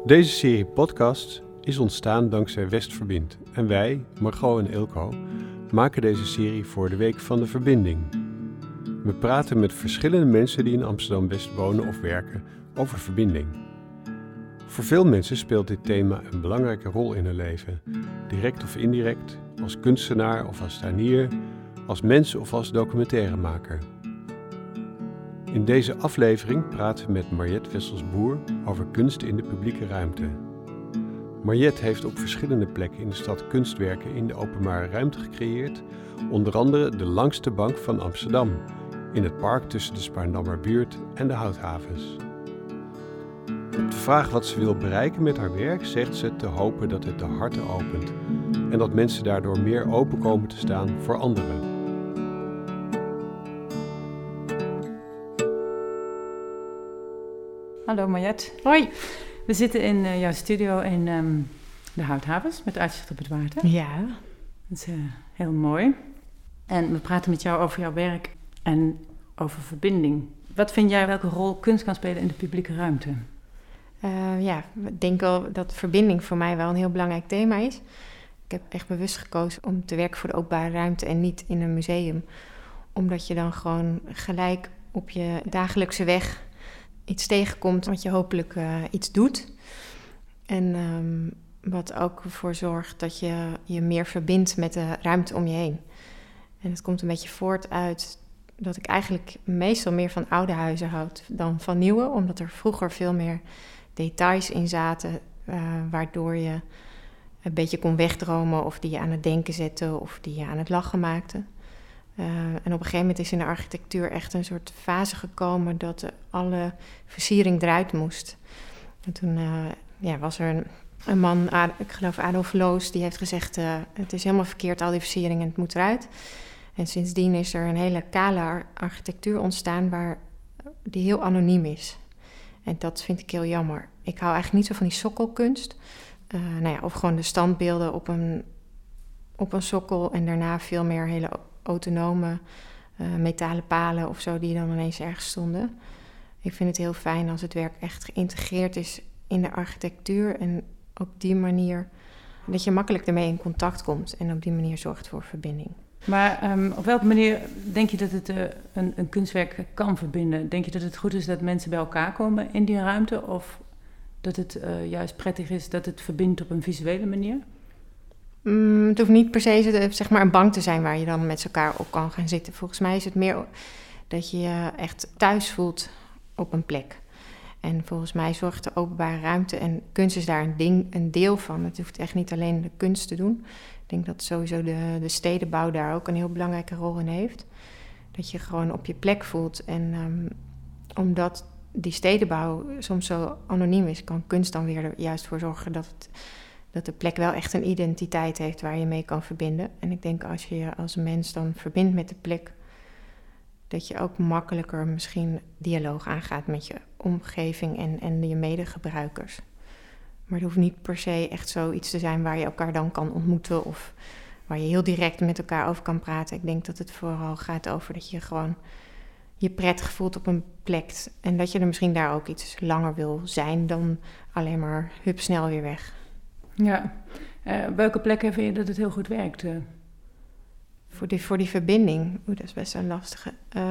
Deze serie podcasts is ontstaan dankzij Westverbind en wij, Margot en Ilko, maken deze serie voor de Week van de Verbinding. We praten met verschillende mensen die in Amsterdam-West wonen of werken over verbinding. Voor veel mensen speelt dit thema een belangrijke rol in hun leven, direct of indirect, als kunstenaar of als tuinier, als mens of als documentairemaker. In deze aflevering praten we met Mariette Wessels-Boer over kunst in de publieke ruimte. Mariette heeft op verschillende plekken in de stad kunstwerken in de openbare ruimte gecreëerd, onder andere de langste bank van Amsterdam, in het park tussen de Spaarndammerbuurt en de Houthavens. Op de vraag wat ze wil bereiken met haar werk zegt ze te hopen dat het de harten opent en dat mensen daardoor meer open komen te staan voor anderen. Hallo Mariette. Hoi. We zitten in jouw studio in de Houthavens met uitzicht op het water. Ja. Dat is heel mooi. En we praten met jou over jouw werk en over verbinding. Wat vind jij welke rol kunst kan spelen in de publieke ruimte? Ik denk wel dat verbinding voor mij wel een heel belangrijk thema is. Ik heb echt bewust gekozen om te werken voor de openbare ruimte en niet in een museum. Omdat je dan gewoon gelijk op je dagelijkse weg iets tegenkomt wat je hopelijk iets doet. En wat ook ervoor zorgt dat je je meer verbindt met de ruimte om je heen. En het komt een beetje voort uit dat ik eigenlijk meestal meer van oude huizen houd dan van nieuwe. Omdat er vroeger veel meer details in zaten, waardoor je een beetje kon wegdromen of die je aan het denken zette of die je aan het lachen maakte. En op een gegeven moment is in de architectuur echt een soort fase gekomen dat alle versiering eruit moest. En toen was er een man, ik geloof Adolf Loos, die heeft gezegd het is helemaal verkeerd, al die versiering en het moet eruit. En sindsdien is er een hele kale architectuur ontstaan die heel anoniem is. En dat vind ik heel jammer. Ik hou eigenlijk niet zo van die sokkelkunst. Of gewoon de standbeelden op een sokkel en daarna veel meer hele autonome metalen palen of zo die dan ineens ergens stonden. Ik vind het heel fijn als het werk echt geïntegreerd is in de architectuur en op die manier dat je makkelijk ermee in contact komt en op die manier zorgt voor verbinding. Maar op welke manier denk je dat het een kunstwerk kan verbinden? Denk je dat het goed is dat mensen bij elkaar komen in die ruimte of dat het juist prettig is dat het verbindt op een visuele manier? Het hoeft niet per se een bank te zijn waar je dan met elkaar op kan gaan zitten. Volgens mij is het meer dat je je echt thuis voelt op een plek. En volgens mij zorgt de openbare ruimte en kunst is daar een deel van. Het hoeft echt niet alleen de kunst te doen. Ik denk dat sowieso de stedenbouw daar ook een heel belangrijke rol in heeft. Dat je gewoon op je plek voelt. En omdat die stedenbouw soms zo anoniem is, kan kunst dan weer er juist voor zorgen dat de plek wel echt een identiteit heeft waar je mee kan verbinden. En ik denk als je als mens dan verbindt met de plek, dat je ook makkelijker misschien dialoog aangaat met je omgeving en je medegebruikers. Maar het hoeft niet per se echt zoiets te zijn waar je elkaar dan kan ontmoeten of waar je heel direct met elkaar over kan praten. Ik denk dat het vooral gaat over dat je gewoon je prettig voelt op een plek en dat je er misschien daar ook iets langer wil zijn dan alleen maar snel weer weg. Ja, welke plekken vind je dat het heel goed werkt? Voor die verbinding, dat is best een lastige.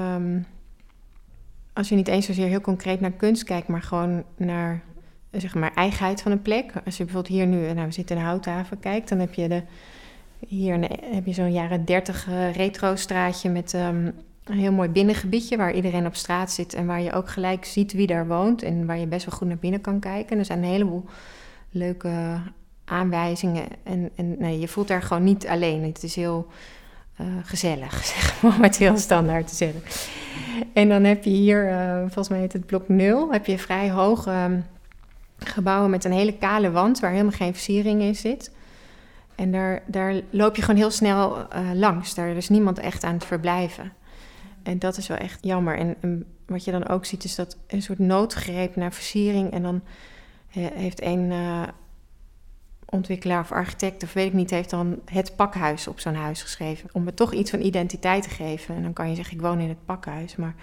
Als je niet eens zozeer heel concreet naar kunst kijkt, maar gewoon naar eigenheid van een plek. Als je bijvoorbeeld hier nu, we zitten in de Houthaven, kijkt, dan heb je heb je zo'n jaren 30 retro straatje met een heel mooi binnengebiedje waar iedereen op straat zit en waar je ook gelijk ziet wie daar woont en waar je best wel goed naar binnen kan kijken. En er zijn een heleboel leuke aanwijzingen en je voelt daar gewoon niet alleen. Het is heel gezellig, zeg maar, om het heel standaard te zeggen. En dan heb je hier, volgens mij heet het blok 0, heb je vrij hoge gebouwen met een hele kale wand waar helemaal geen versiering in zit. En daar loop je gewoon heel snel langs. Daar is niemand echt aan het verblijven. En dat is wel echt jammer. En wat je dan ook ziet is dat een soort noodgreep naar versiering. En dan heeft een ontwikkelaar of architect of weet ik niet, heeft dan het pakhuis op zo'n huis geschreven. Om het toch iets van identiteit te geven. En dan kan je zeggen, ik woon in het pakhuis. Maar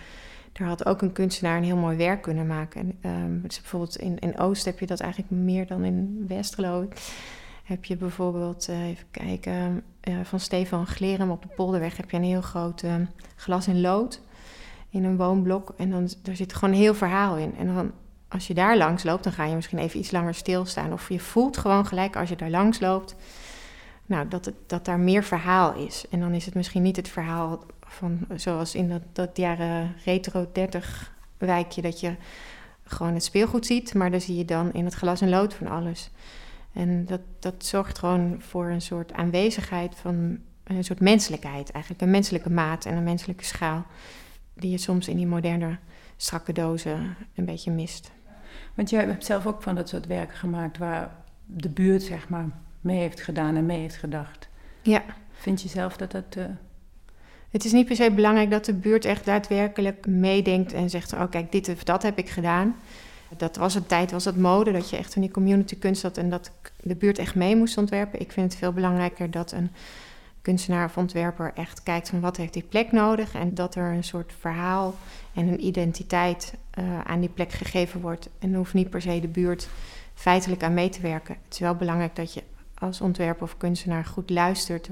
Daar had ook een kunstenaar een heel mooi werk kunnen maken. Dus bijvoorbeeld in Oost heb je dat eigenlijk meer dan in West, geloof ik. Heb je bijvoorbeeld, even kijken, van Stefan Glerum op de Polderweg heb je een heel groot glas in lood in een woonblok. En daar zit gewoon een heel verhaal in. En dan, als je daar langs loopt, dan ga je misschien even iets langer stilstaan. Of je voelt gewoon gelijk als je daar langs loopt, nou, dat daar meer verhaal is. En dan is het misschien niet het verhaal van, zoals in dat jaren retro 30 wijkje, dat je gewoon het speelgoed ziet, maar dan zie je dan in het glas en lood van alles. En dat zorgt gewoon voor een soort aanwezigheid van een soort menselijkheid eigenlijk. Een menselijke maat en een menselijke schaal die je soms in die moderne strakke dozen een beetje mist. Want jij hebt zelf ook van dat soort werken gemaakt waar de buurt zeg maar mee heeft gedaan en mee heeft gedacht. Ja. Vind je zelf dat dat... Het is niet per se belangrijk dat de buurt echt daadwerkelijk meedenkt en zegt, oh kijk, dit of dat heb ik gedaan. Dat was een tijd, was het mode, dat je echt in die community kunst had en dat de buurt echt mee moest ontwerpen. Ik vind het veel belangrijker dat een kunstenaar of ontwerper echt kijkt van wat heeft die plek nodig en dat er een soort verhaal en een identiteit aan die plek gegeven wordt. En hoeft niet per se de buurt feitelijk aan mee te werken. Het is wel belangrijk dat je als ontwerper of kunstenaar goed luistert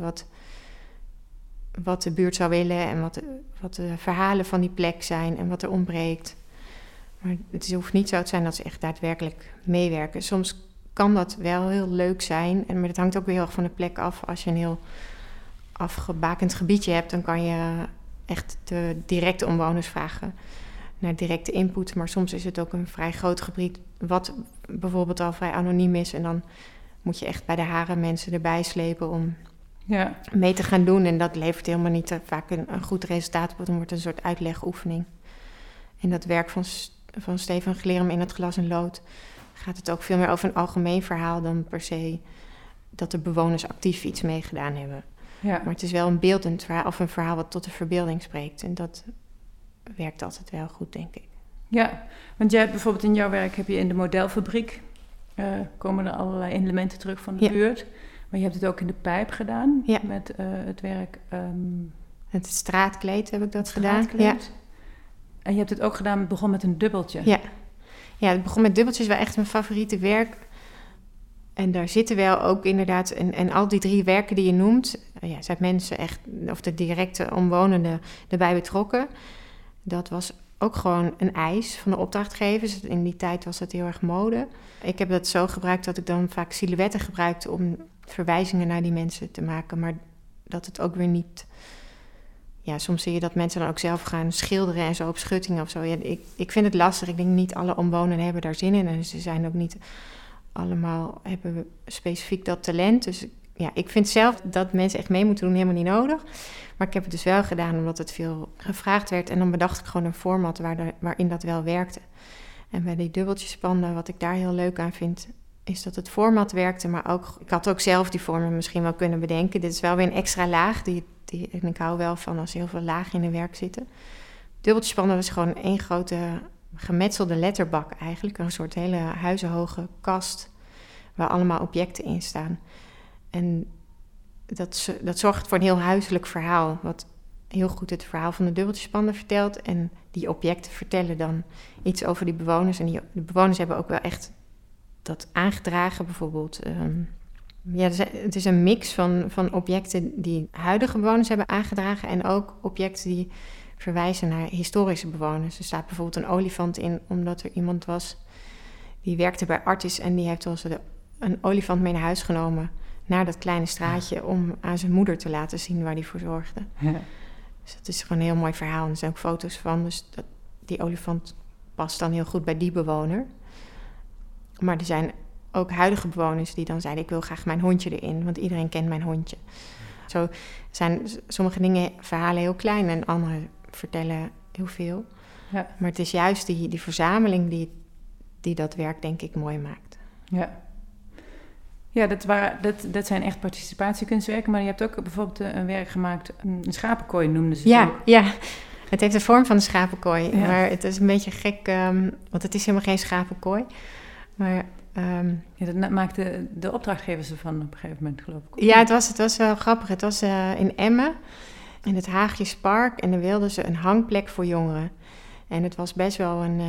wat de buurt zou willen en wat de verhalen van die plek zijn en wat er ontbreekt. Maar het hoeft niet zo te zijn dat ze echt daadwerkelijk meewerken. Soms kan dat wel heel leuk zijn, maar dat hangt ook weer heel erg van de plek af. Als je een heel afgebakend gebiedje hebt, dan kan je echt de directe omwoners vragen naar directe input. Maar soms is het ook een vrij groot gebied, wat bijvoorbeeld al vrij anoniem is. En dan moet je echt bij de haren mensen erbij slepen om mee te gaan doen. En dat levert helemaal niet vaak een goed resultaat op. Dan wordt het een soort uitlegoefening. En dat werk van Stefan Glerum in het glas en lood gaat het ook veel meer over een algemeen verhaal dan per se dat de bewoners actief iets meegedaan hebben. Ja. Maar het is wel een beeldend verhaal of een verhaal wat tot de verbeelding spreekt. En dat werkt altijd wel goed, denk ik. Ja, want jij hebt bijvoorbeeld in jouw werk heb je in de modelfabriek komen er allerlei elementen terug van de buurt. Maar je hebt het ook in de Pijp gedaan met het werk... Het straatkleed heb ik dat gedaan. Ja. En je hebt het ook gedaan, het begon met een dubbeltje. Ja, het begon met dubbeltjes, wel echt mijn favoriete werk. En daar zitten wel ook inderdaad... En al die 3 werken die je noemt... zijn mensen echt, of de directe omwonenden erbij betrokken. Dat was ook gewoon een eis van de opdrachtgevers. In die tijd was dat heel erg mode. Ik heb dat zo gebruikt dat ik dan vaak silhouetten gebruikte om verwijzingen naar die mensen te maken. Maar dat het ook weer niet... Ja, soms zie je dat mensen dan ook zelf gaan schilderen en zo op schuttingen of zo. Ja, ik vind het lastig. Ik denk niet alle omwonenden hebben daar zin in. En ze zijn ook niet allemaal, hebben specifiek dat talent. Dus ja, ik vind zelf dat mensen echt mee moeten doen helemaal niet nodig. Maar ik heb het dus wel gedaan omdat het veel gevraagd werd. En dan bedacht ik gewoon een format waarin dat wel werkte. En bij die dubbeltjespanden, wat ik daar heel leuk aan vind, is dat het format werkte. Maar ook, ik had ook zelf die vormen misschien wel kunnen bedenken. Dit is wel weer een extra laag. En ik hou wel van als er heel veel lagen in een werk zitten. Dubbeltjespannen was gewoon 1 grote gemetselde letterbak eigenlijk. Een soort hele huizenhoge kast waar allemaal objecten in staan. En dat zorgt voor een heel huiselijk verhaal. Wat heel goed het verhaal van de dubbeltjespannen vertelt. En die objecten vertellen dan iets over die bewoners. En de bewoners hebben ook wel echt dat aangedragen. Bijvoorbeeld... het is een mix van objecten die huidige bewoners hebben aangedragen en ook objecten die verwijzen naar historische bewoners. Er staat bijvoorbeeld een olifant in, omdat er iemand was die werkte bij Artis en die heeft een olifant mee naar huis genomen naar dat kleine straatje om aan zijn moeder te laten zien waar hij voor zorgde. Ja. Dus dat is gewoon een heel mooi verhaal en er zijn ook foto's van. Dus die olifant past dan heel goed bij die bewoner. Maar er zijn ook huidige bewoners die dan zeiden, ik wil graag mijn hondje erin, want iedereen kent mijn hondje. Zo zijn sommige verhalen heel klein en andere vertellen heel veel. Ja. Maar het is juist die verzameling die dat werk, denk ik, mooi maakt. Ja, dat zijn echt participatiekunstwerken, maar je hebt ook bijvoorbeeld een werk gemaakt, een schapenkooi noemden ze het ook. Ja, het heeft de vorm van een schapenkooi, maar het is een beetje gek, want het is helemaal geen schapenkooi. Maar... dat maakte de opdrachtgevers ervan op een gegeven moment, geloof ik. Ja, het was wel grappig. Het was in Emmen, in het Haagjespark. En dan wilden ze een hangplek voor jongeren. En het was best wel een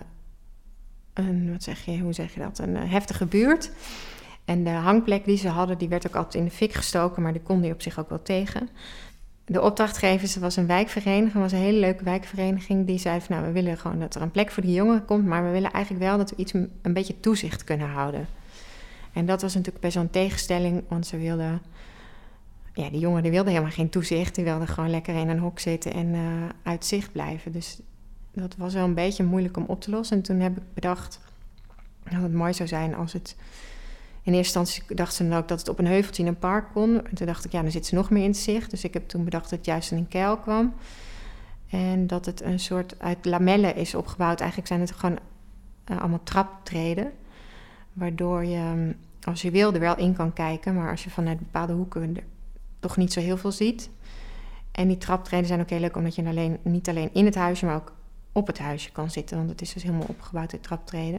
heftige buurt. En de hangplek die ze hadden, die werd ook altijd in de fik gestoken, maar die kon die op zich ook wel tegen. De opdrachtgevers, was een wijkvereniging, was een hele leuke wijkvereniging. Die zei van, we willen gewoon dat er een plek voor die jongeren komt, maar we willen eigenlijk wel dat we een beetje toezicht kunnen houden. En dat was natuurlijk best wel een tegenstelling, want ze wilden... Ja, die jongeren die wilden helemaal geen toezicht. Die wilden gewoon lekker in een hok zitten en uit zicht blijven. Dus dat was wel een beetje moeilijk om op te lossen. En toen heb ik bedacht dat het mooi zou zijn als het... In eerste instantie dachten ze dan ook dat het op een heuveltje in een park kon. En toen dacht ik, dan zit ze nog meer in het zicht. Dus ik heb toen bedacht dat het juist in een kuil kwam. En dat het een soort uit lamellen is opgebouwd. Eigenlijk zijn het gewoon allemaal traptreden. Waardoor je, als je wil, er wel in kan kijken. Maar als je vanuit bepaalde hoeken er toch niet zo heel veel ziet. En die traptreden zijn ook heel leuk, omdat je niet alleen in het huisje, maar ook op het huisje kan zitten. Want het is dus helemaal opgebouwd uit traptreden.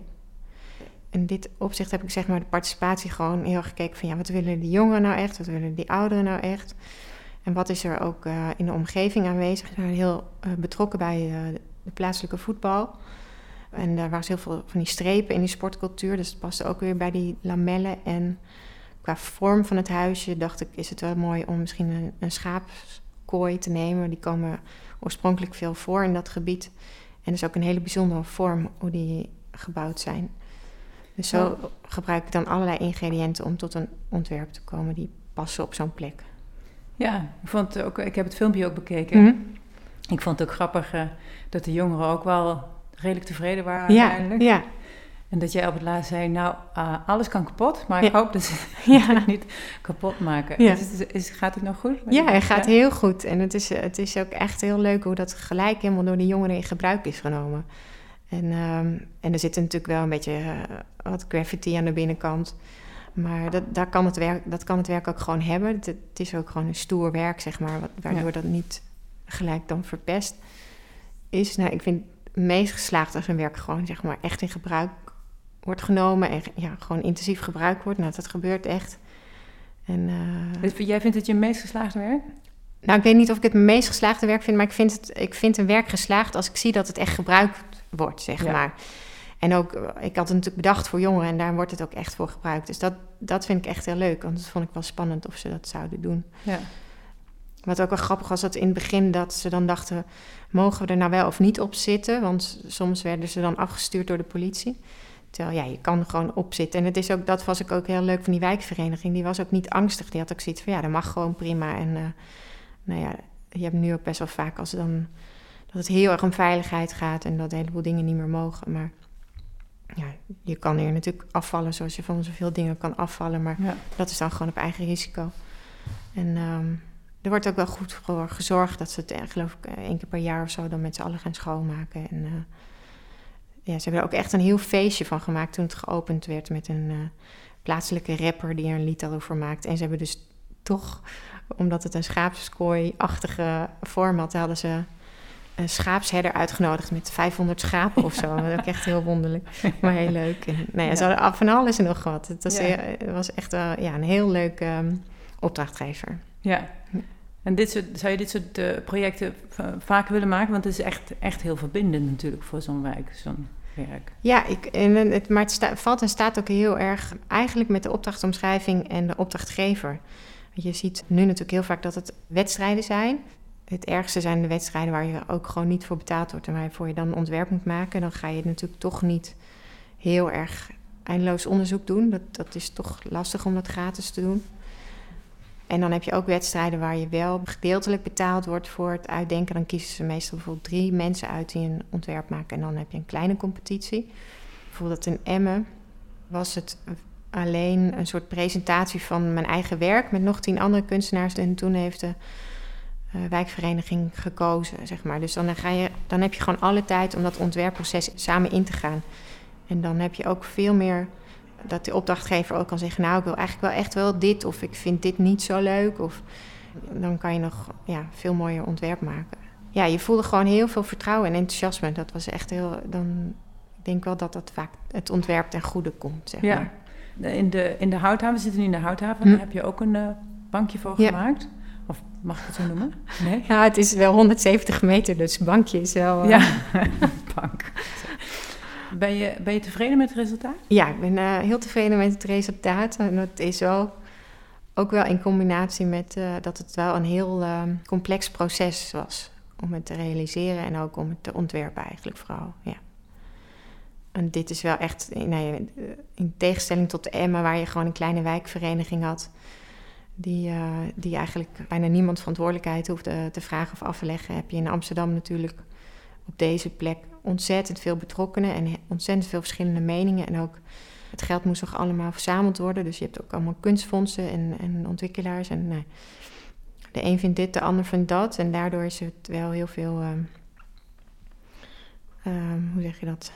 In dit opzicht heb ik zeg maar de participatie gewoon heel erg gekeken van... wat willen die jongeren nou echt? Wat willen die ouderen nou echt? En wat is er ook in de omgeving aanwezig? We waren heel betrokken bij de plaatselijke voetbal. En daar was heel veel van die strepen in die sportcultuur. Dus het paste ook weer bij die lamellen. En qua vorm van het huisje dacht ik, is het wel mooi om misschien een schaapskooi te nemen. Die komen oorspronkelijk veel voor in dat gebied. En dat is ook een hele bijzondere vorm hoe die gebouwd zijn. Dus zo gebruik ik dan allerlei ingrediënten om tot een ontwerp te komen die passen op zo'n plek. Ja, ik heb het filmpje ook bekeken. Mm-hmm. Ik vond het ook grappig dat de jongeren ook wel redelijk tevreden waren uiteindelijk. Ja. En dat jij op het laatst zei, alles kan kapot, maar ik hoop dat ze het niet kapot maken. Ja. Gaat het nog goed? Ja, het gaat heel goed. En het is ook echt heel leuk hoe dat gelijk helemaal door de jongeren in gebruik is genomen. En er zit natuurlijk wel een beetje wat graffiti aan de binnenkant. Maar dat kan het werk ook gewoon hebben. Het is ook gewoon een stoer werk, zeg maar, waardoor dat niet gelijk dan verpest is. Nou, ik vind het meest geslaagd als een werk gewoon, zeg maar, echt in gebruik wordt genomen en gewoon intensief gebruikt wordt. Nou, dat gebeurt echt. En, dus jij vindt het je meest geslaagde werk? Nou, ik weet niet of ik het mijn meest geslaagde werk vind, maar ik vind een werk geslaagd als ik zie dat het echt gebruikt wordt, zeg maar. En ook, ik had het natuurlijk bedacht voor jongeren en daar wordt het ook echt voor gebruikt. Dus dat vind ik echt heel leuk, want dat vond ik wel spannend of ze dat zouden doen. Ja. Wat ook wel grappig was, dat in het begin dat ze dan dachten, mogen we er nou wel of niet op zitten? Want soms werden ze dan afgestuurd door de politie. Terwijl, je kan er gewoon op zitten. En dat was ook heel leuk van die wijkvereniging. Die was ook niet angstig. Die had ook zoiets van, dat mag gewoon prima. En je hebt nu ook best wel vaak dat het heel erg om veiligheid gaat en dat een heleboel dingen niet meer mogen. Maar je kan hier natuurlijk afvallen zoals je van zoveel dingen kan afvallen. Maar dat is dan gewoon op eigen risico. En er wordt ook wel goed voor gezorgd dat ze het, geloof ik, 1 keer per jaar of zo dan met z'n allen gaan schoonmaken. En ze hebben er ook echt een heel feestje van gemaakt toen het geopend werd met een plaatselijke rapper die er een lied over maakt. En ze hebben dus toch, omdat het een schaapskooi-achtige vorm had, hadden ze een schaapsherder uitgenodigd met 500 schapen of zo. Dat was ook echt heel wonderlijk, maar heel leuk. En, ze hadden van alles en nog wat. Het was echt een heel leuk opdrachtgever. Ja. En zou je dit soort projecten vaker willen maken? Want het is echt heel verbindend natuurlijk voor zo'n wijk, zo'n werk. Ja, maar het valt en staat ook heel erg eigenlijk met de opdrachtomschrijving en de opdrachtgever. Want je ziet nu natuurlijk heel vaak dat het wedstrijden zijn. Het ergste zijn de wedstrijden waar je ook gewoon niet voor betaald wordt en waarvoor je dan een ontwerp moet maken. Dan ga je natuurlijk toch niet heel erg eindeloos onderzoek doen. Dat is toch lastig om dat gratis te doen. En dan heb je ook wedstrijden waar je wel gedeeltelijk betaald wordt voor het uitdenken. Dan kiezen ze meestal bijvoorbeeld 3 mensen uit die een ontwerp maken. En dan heb je een kleine competitie. Bijvoorbeeld in Emmen was het alleen een soort presentatie van mijn eigen werk met nog 10 andere kunstenaars. En toen heeft de wijkvereniging gekozen, zeg maar. Dus dan heb je gewoon alle tijd om dat ontwerpproces samen in te gaan. En dan heb je ook veel meer dat de opdrachtgever ook kan zeggen, nou, ik wil eigenlijk wel echt wel dit, of ik vind dit niet zo leuk, of dan kan je nog veel mooier ontwerp maken. Ja, je voelde gewoon heel veel vertrouwen en enthousiasme. Dat was echt heel, ik denk wel dat vaak het ontwerp ten goede komt, zeg maar. In de houthaven, we zitten nu in de houthaven, daar heb je ook een bankje voor gemaakt. Of mag ik het zo noemen? Nee? Ja, het is wel 170 meter, dus het bankje is wel... Ja, bank. Ben je tevreden met het resultaat? Ja, ik ben heel tevreden met het resultaat. En dat is wel ook wel in combinatie met dat het wel een heel complex proces was om het te realiseren en ook om het te ontwerpen eigenlijk vooral. Ja. En dit is wel echt, in tegenstelling tot de Emma, waar je gewoon een kleine wijkvereniging had, die eigenlijk bijna niemand verantwoordelijkheid hoefde te vragen of af te leggen, heb je in Amsterdam natuurlijk op deze plek ontzettend veel betrokkenen en ontzettend veel verschillende meningen. En ook het geld moest nog allemaal verzameld worden. Dus je hebt ook allemaal kunstfondsen en ontwikkelaars. En de een vindt dit, de ander vindt dat. En daardoor is het wel heel veel, hoe zeg je dat,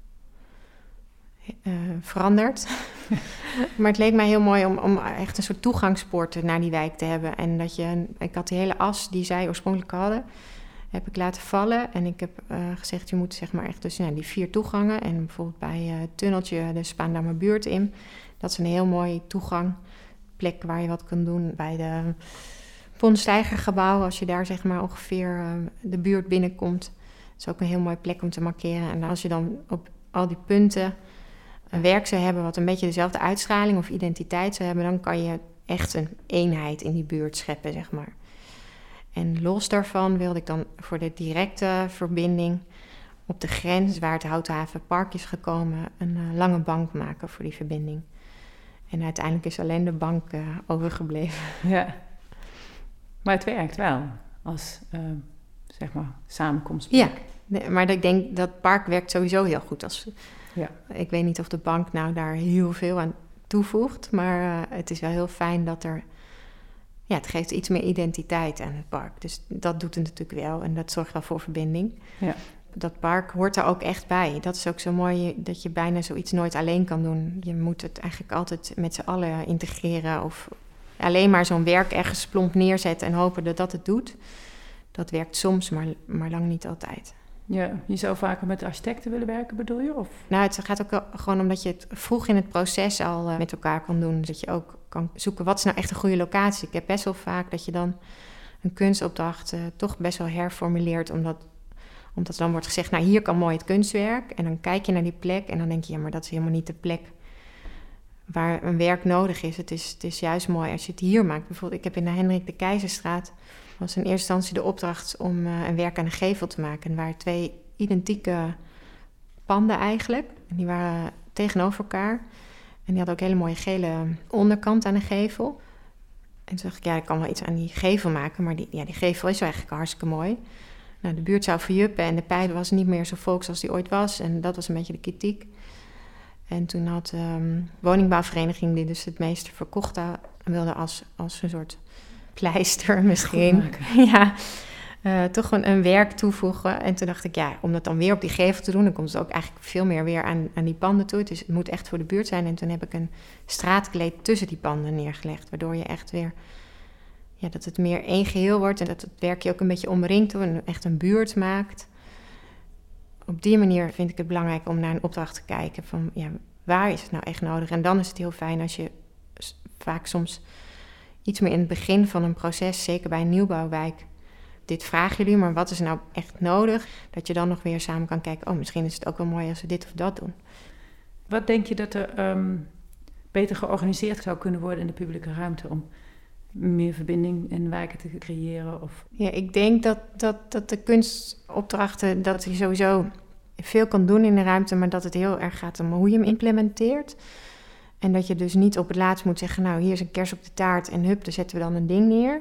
veranderd. Maar het leek mij heel mooi om echt een soort toegangspoort naar die wijk te hebben. En ik had die hele as die zij oorspronkelijk hadden, heb ik laten vallen. En ik heb gezegd, je moet zeg maar echt dus die 4 toegangen. En bijvoorbeeld bij het tunneltje de Spaandammer buurt in. Dat is een heel mooi toegangplek waar je wat kan doen. Bij de Ponnesteigergebouw, als je daar zeg maar ongeveer de buurt binnenkomt. Dat is ook een heel mooie plek om te markeren. En als je dan op al die punten een werk zou hebben wat een beetje dezelfde uitstraling of identiteit zou hebben, dan kan je echt een eenheid in die buurt scheppen, zeg maar. En los daarvan wilde ik dan voor de directe verbinding op de grens waar het Houthavenpark is gekomen een lange bank maken voor die verbinding. En uiteindelijk is alleen de bank overgebleven. Ja, maar het werkt wel als zeg maar samenkomst. Ja, maar ik denk dat het park werkt sowieso heel goed. Ja. Ik weet niet of de bank nou daar heel veel aan toevoegt, maar het is wel heel fijn dat er... Ja, het geeft iets meer identiteit aan het park. Dus dat doet het natuurlijk wel en dat zorgt wel voor verbinding. Ja. Dat park hoort er ook echt bij. Dat is ook zo mooi dat je bijna zoiets nooit alleen kan doen. Je moet het eigenlijk altijd met z'n allen integreren of alleen maar zo'n werk ergens plomp neerzetten en hopen dat dat het doet. Dat werkt soms, maar lang niet altijd. Ja, je zou vaker met architecten willen werken, bedoel je? Of? Nou, het gaat ook gewoon omdat je het vroeg in het proces al met elkaar kan doen. Dat je ook kan zoeken, wat is nou echt een goede locatie? Ik heb best wel vaak dat je dan een kunstopdracht toch best wel herformuleert. Omdat dan wordt gezegd, nou hier kan mooi het kunstwerk. En dan kijk je naar die plek en dan denk je, ja, maar dat is helemaal niet de plek waar een werk nodig is. Het is juist mooi als je het hier maakt. Bijvoorbeeld, ik heb in de Hendrik de Keizerstraat, was in eerste instantie de opdracht om een werk aan een gevel te maken. En er waren 2 identieke panden eigenlijk. En die waren tegenover elkaar. En die hadden ook hele mooie gele onderkant aan de gevel. En toen dacht ik, ja, ik kan wel iets aan die gevel maken. Maar die gevel is eigenlijk hartstikke mooi. Nou, de buurt zou verjuppen en de pijl was niet meer zo volks als die ooit was. En dat was een beetje de kritiek. En toen had de woningbouwvereniging, die dus het meeste verkocht had, wilde als een soort pleister misschien. Ja, toch een werk toevoegen. En toen dacht ik, ja, om dat dan weer op die gevel te doen, dan komt het ook eigenlijk veel meer weer aan die panden toe. Dus het moet echt voor de buurt zijn. En toen heb ik een straatkleed tussen die panden neergelegd, waardoor je echt weer, ja, dat het meer één geheel wordt en dat het werkje ook een beetje omringt en echt een buurt maakt. Op die manier vind ik het belangrijk om naar een opdracht te kijken van, ja, waar is het nou echt nodig? En dan is het heel fijn als je vaak soms iets meer in het begin van een proces, zeker bij een nieuwbouwwijk, dit vragen jullie, maar wat is nou echt nodig? Dat je dan nog weer samen kan kijken, oh, misschien is het ook wel mooi als we dit of dat doen. Wat denk je dat er beter georganiseerd zou kunnen worden in de publieke ruimte om meer verbinding in wijken te creëren? Of? Ja, ik denk dat de kunstopdrachten, dat je sowieso veel kan doen in de ruimte, maar dat het heel erg gaat om hoe je hem implementeert. En dat je dus niet op het laatst moet zeggen, nou, hier is een kers op de taart en hup, daar zetten we dan een ding neer.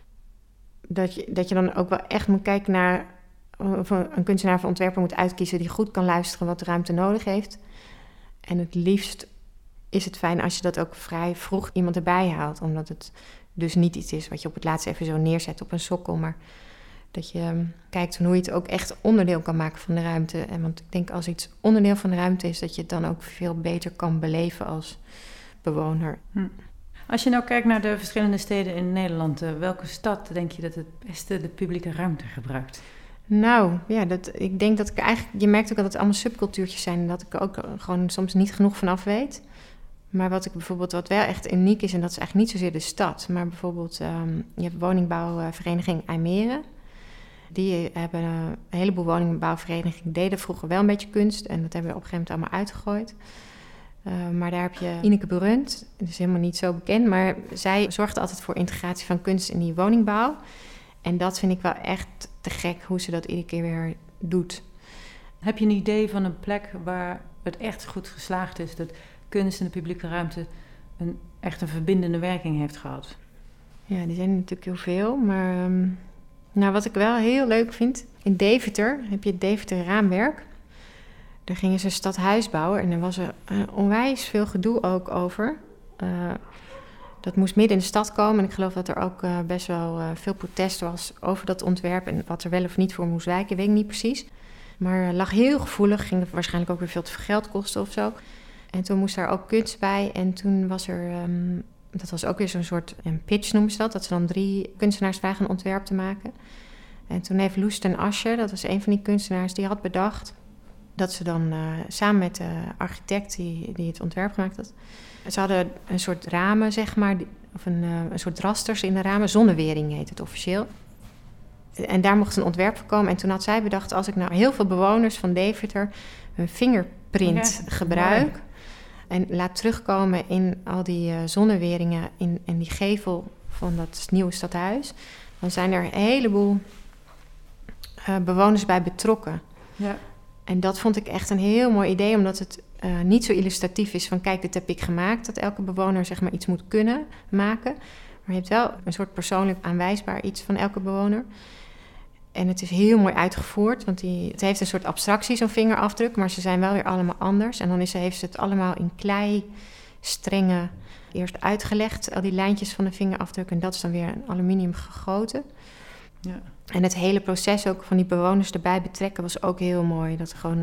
Dat je dan ook wel echt moet kijken naar, of een kunstenaar of ontwerper moet uitkiezen die goed kan luisteren wat de ruimte nodig heeft. En het liefst is het fijn als je dat ook vrij vroeg iemand erbij haalt, omdat het dus niet iets is wat je op het laatst even zo neerzet op een sokkel, maar dat je kijkt van hoe je het ook echt onderdeel kan maken van de ruimte. En want ik denk als iets onderdeel van de ruimte is, dat je het dan ook veel beter kan beleven als bewoner. Als je nou kijkt naar de verschillende steden in Nederland, welke stad denk je dat het beste de publieke ruimte gebruikt? Nou, ja, ik denk dat ik eigenlijk, je merkt ook dat het allemaal subcultuurtjes zijn en dat ik er ook gewoon soms niet genoeg van af weet. Maar wat wel echt uniek is, en dat is eigenlijk niet zozeer de stad, maar bijvoorbeeld je hebt woningbouwvereniging IJmeren. Die hebben een heleboel woningbouwverenigingen deden vroeger wel een beetje kunst en dat hebben we op een gegeven moment allemaal uitgegooid. Maar daar heb je Ineke Brunt, dat is helemaal niet zo bekend, maar zij zorgt altijd voor integratie van kunst in die woningbouw. En dat vind ik wel echt te gek hoe ze dat iedere keer weer doet. Heb je een idee van een plek waar het echt goed geslaagd is dat kunst in de publieke ruimte echt een verbindende werking heeft gehad? Ja, die zijn natuurlijk heel veel, maar wat ik wel heel leuk vind, in Deventer heb je het Deventer Raamwerk. Daar gingen ze een stadhuis bouwen en er was er onwijs veel gedoe ook over. Dat moest midden in de stad komen en ik geloof dat er ook best wel veel protest was over dat ontwerp. En wat er wel of niet voor moest wijken, weet ik niet precies. Maar lag heel gevoelig, ging waarschijnlijk ook weer veel te veel geld kosten of zo. En toen moest daar ook kunst bij en toen was er, dat was ook weer zo'n soort een pitch noemen ze dat ze dan 3 kunstenaars vragen een ontwerp te maken. En toen heeft Loes ten Ascher, dat was een van die kunstenaars, die had bedacht dat ze dan samen met de architect die het ontwerp gemaakt had, ze hadden een soort ramen, zeg maar, of een soort rasters in de ramen, zonnewering heet het officieel. En daar mocht een ontwerp voor komen. En toen had zij bedacht, als ik nou heel veel bewoners van Deventer hun fingerprint gebruik mooi. En laat terugkomen in al die zonneweringen in die gevel van dat nieuwe stadhuis, dan zijn er een heleboel bewoners bij betrokken. Ja. En dat vond ik echt een heel mooi idee, omdat het niet zo illustratief is van kijk, dit heb ik gemaakt, dat elke bewoner zeg maar iets moet kunnen maken. Maar je hebt wel een soort persoonlijk aanwijsbaar iets van elke bewoner. En het is heel mooi uitgevoerd, want het heeft een soort abstractie, zo'n vingerafdruk, maar ze zijn wel weer allemaal anders. En dan heeft ze het allemaal in klei, strengen, eerst uitgelegd, al die lijntjes van de vingerafdruk, en dat is dan weer in aluminium gegoten. Ja. En het hele proces ook van die bewoners erbij betrekken was ook heel mooi. Dat gewoon,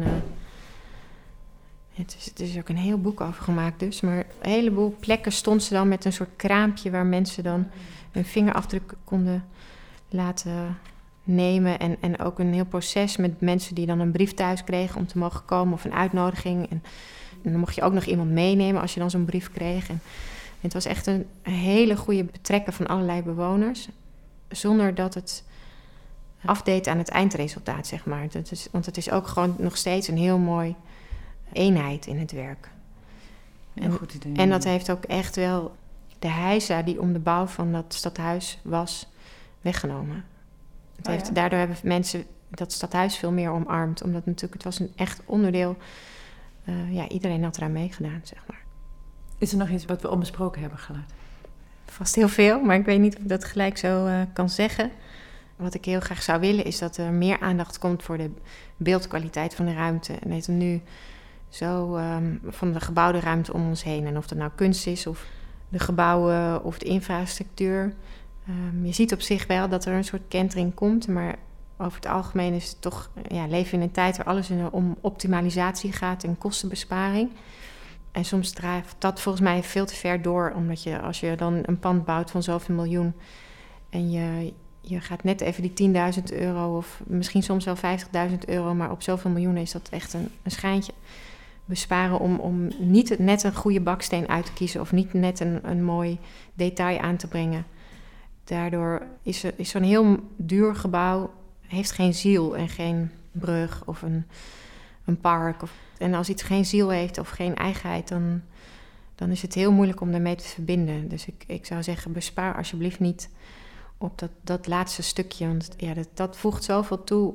het is ook een heel boek over gemaakt dus. Maar een heleboel plekken stond ze dan met een soort kraampje waar mensen dan hun vingerafdruk konden laten nemen. En ook een heel proces met mensen die dan een brief thuis kregen om te mogen komen of een uitnodiging. En dan mocht je ook nog iemand meenemen als je dan zo'n brief kreeg. En het was echt een hele goede betrekken van allerlei bewoners, zonder dat het afdeed aan het eindresultaat, zeg maar. Want het is ook gewoon nog steeds een heel mooi eenheid in het werk. Goed idee. En dat heeft ook echt wel de heisa die om de bouw van dat stadhuis was weggenomen. Daardoor hebben mensen dat stadhuis veel meer omarmd. Omdat natuurlijk, het was een echt onderdeel. Iedereen had eraan meegedaan, zeg maar. Is er nog iets wat we onbesproken hebben gelaten? Vast heel veel, maar ik weet niet of ik dat gelijk zo kan zeggen. Wat ik heel graag zou willen is dat er meer aandacht komt voor de beeldkwaliteit van de ruimte. En dat nu zo van de gebouwde ruimte om ons heen. En of dat nou kunst is of de gebouwen of de infrastructuur. Je ziet op zich wel dat er een soort kentering komt. Maar over het algemeen is het toch, leven we in een tijd waar alles om optimalisatie gaat en kostenbesparing. En soms drijft dat volgens mij veel te ver door. Omdat als je dan een pand bouwt van zoveel miljoen en je gaat net even die €10.000 of misschien soms wel €50.000, maar op zoveel miljoenen is dat echt een schijntje besparen om niet net een goede baksteen uit te kiezen of niet net een mooi detail aan te brengen. Daardoor is zo'n heel duur gebouw, heeft geen ziel en geen brug of een park. En als iets geen ziel heeft of geen eigenheid, dan is het heel moeilijk om daarmee te verbinden. Dus ik zou zeggen, bespaar alsjeblieft niet op dat laatste stukje. Want dat voegt zoveel toe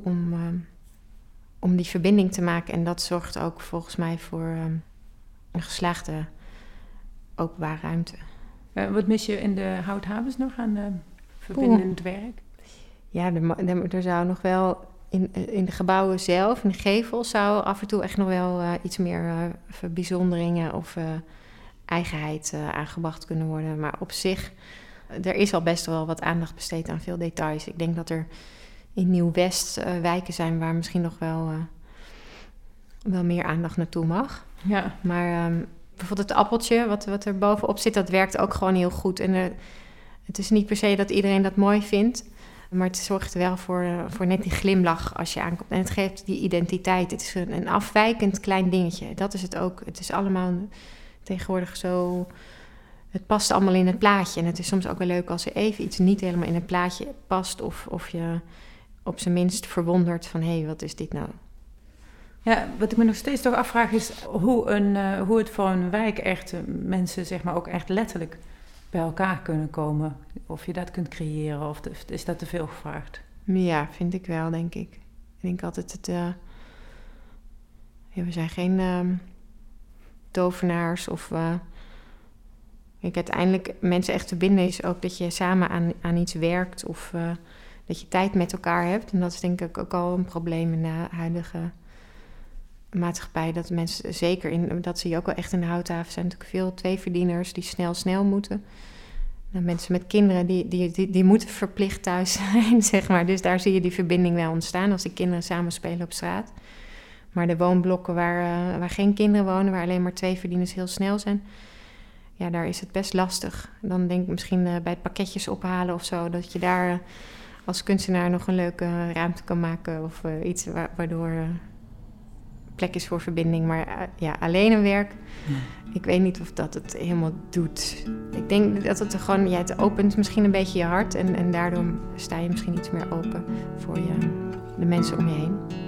om die verbinding te maken. En dat zorgt ook volgens mij voor een geslaagde openbare ruimte. Wat mis je in de houthavens nog aan verbindend werk? Ja, er zou nog wel in de gebouwen zelf, in de gevel, zou af en toe echt nog wel iets meer verbijzonderingen of eigenheid aangebracht kunnen worden. Maar op zich, er is al best wel wat aandacht besteed aan veel details. Ik denk dat er in Nieuw-West wijken zijn waar misschien nog wel meer aandacht naartoe mag. Ja. Maar bijvoorbeeld het appeltje wat er bovenop zit, dat werkt ook gewoon heel goed. En het is niet per se dat iedereen dat mooi vindt, maar het zorgt er wel voor net die glimlach als je aankomt. En het geeft die identiteit. Het is een afwijkend klein dingetje. Dat is het ook. Het tegenwoordig zo... Het past allemaal in het plaatje. En het is soms ook wel leuk als er even iets niet helemaal in het plaatje past. Of je op zijn minst verwondert van... hé, wat is dit nou? Ja, wat ik me nog steeds toch afvraag is hoe het voor een wijk echt mensen zeg maar ook echt letterlijk bij elkaar kunnen komen. Of je dat kunt creëren of is dat te veel gevraagd? Ja, vind ik wel, denk ik. Ik denk altijd we zijn geen tovenaars of... Kijk, uiteindelijk mensen echt verbinden is ook dat je samen aan iets werkt of dat je tijd met elkaar hebt. En dat is denk ik ook al een probleem in de huidige maatschappij. Dat mensen zeker dat zie je ook wel echt in de Houthaven, zijn natuurlijk veel tweeverdieners die snel moeten. Nou, mensen met kinderen die moeten verplicht thuis zijn, zeg maar. Dus daar zie je die verbinding wel ontstaan als die kinderen samen spelen op straat. Maar de woonblokken waar geen kinderen wonen, waar alleen maar tweeverdieners heel snel zijn... Ja, daar is het best lastig. Dan denk ik misschien bij het pakketjes ophalen of zo... dat je daar als kunstenaar nog een leuke ruimte kan maken... of iets waardoor plek is voor verbinding. Maar alleen een werk, ik weet niet of dat het helemaal doet. Ik denk dat het gewoon... het opent misschien een beetje je hart... en daardoor sta je misschien iets meer open voor de mensen om je heen.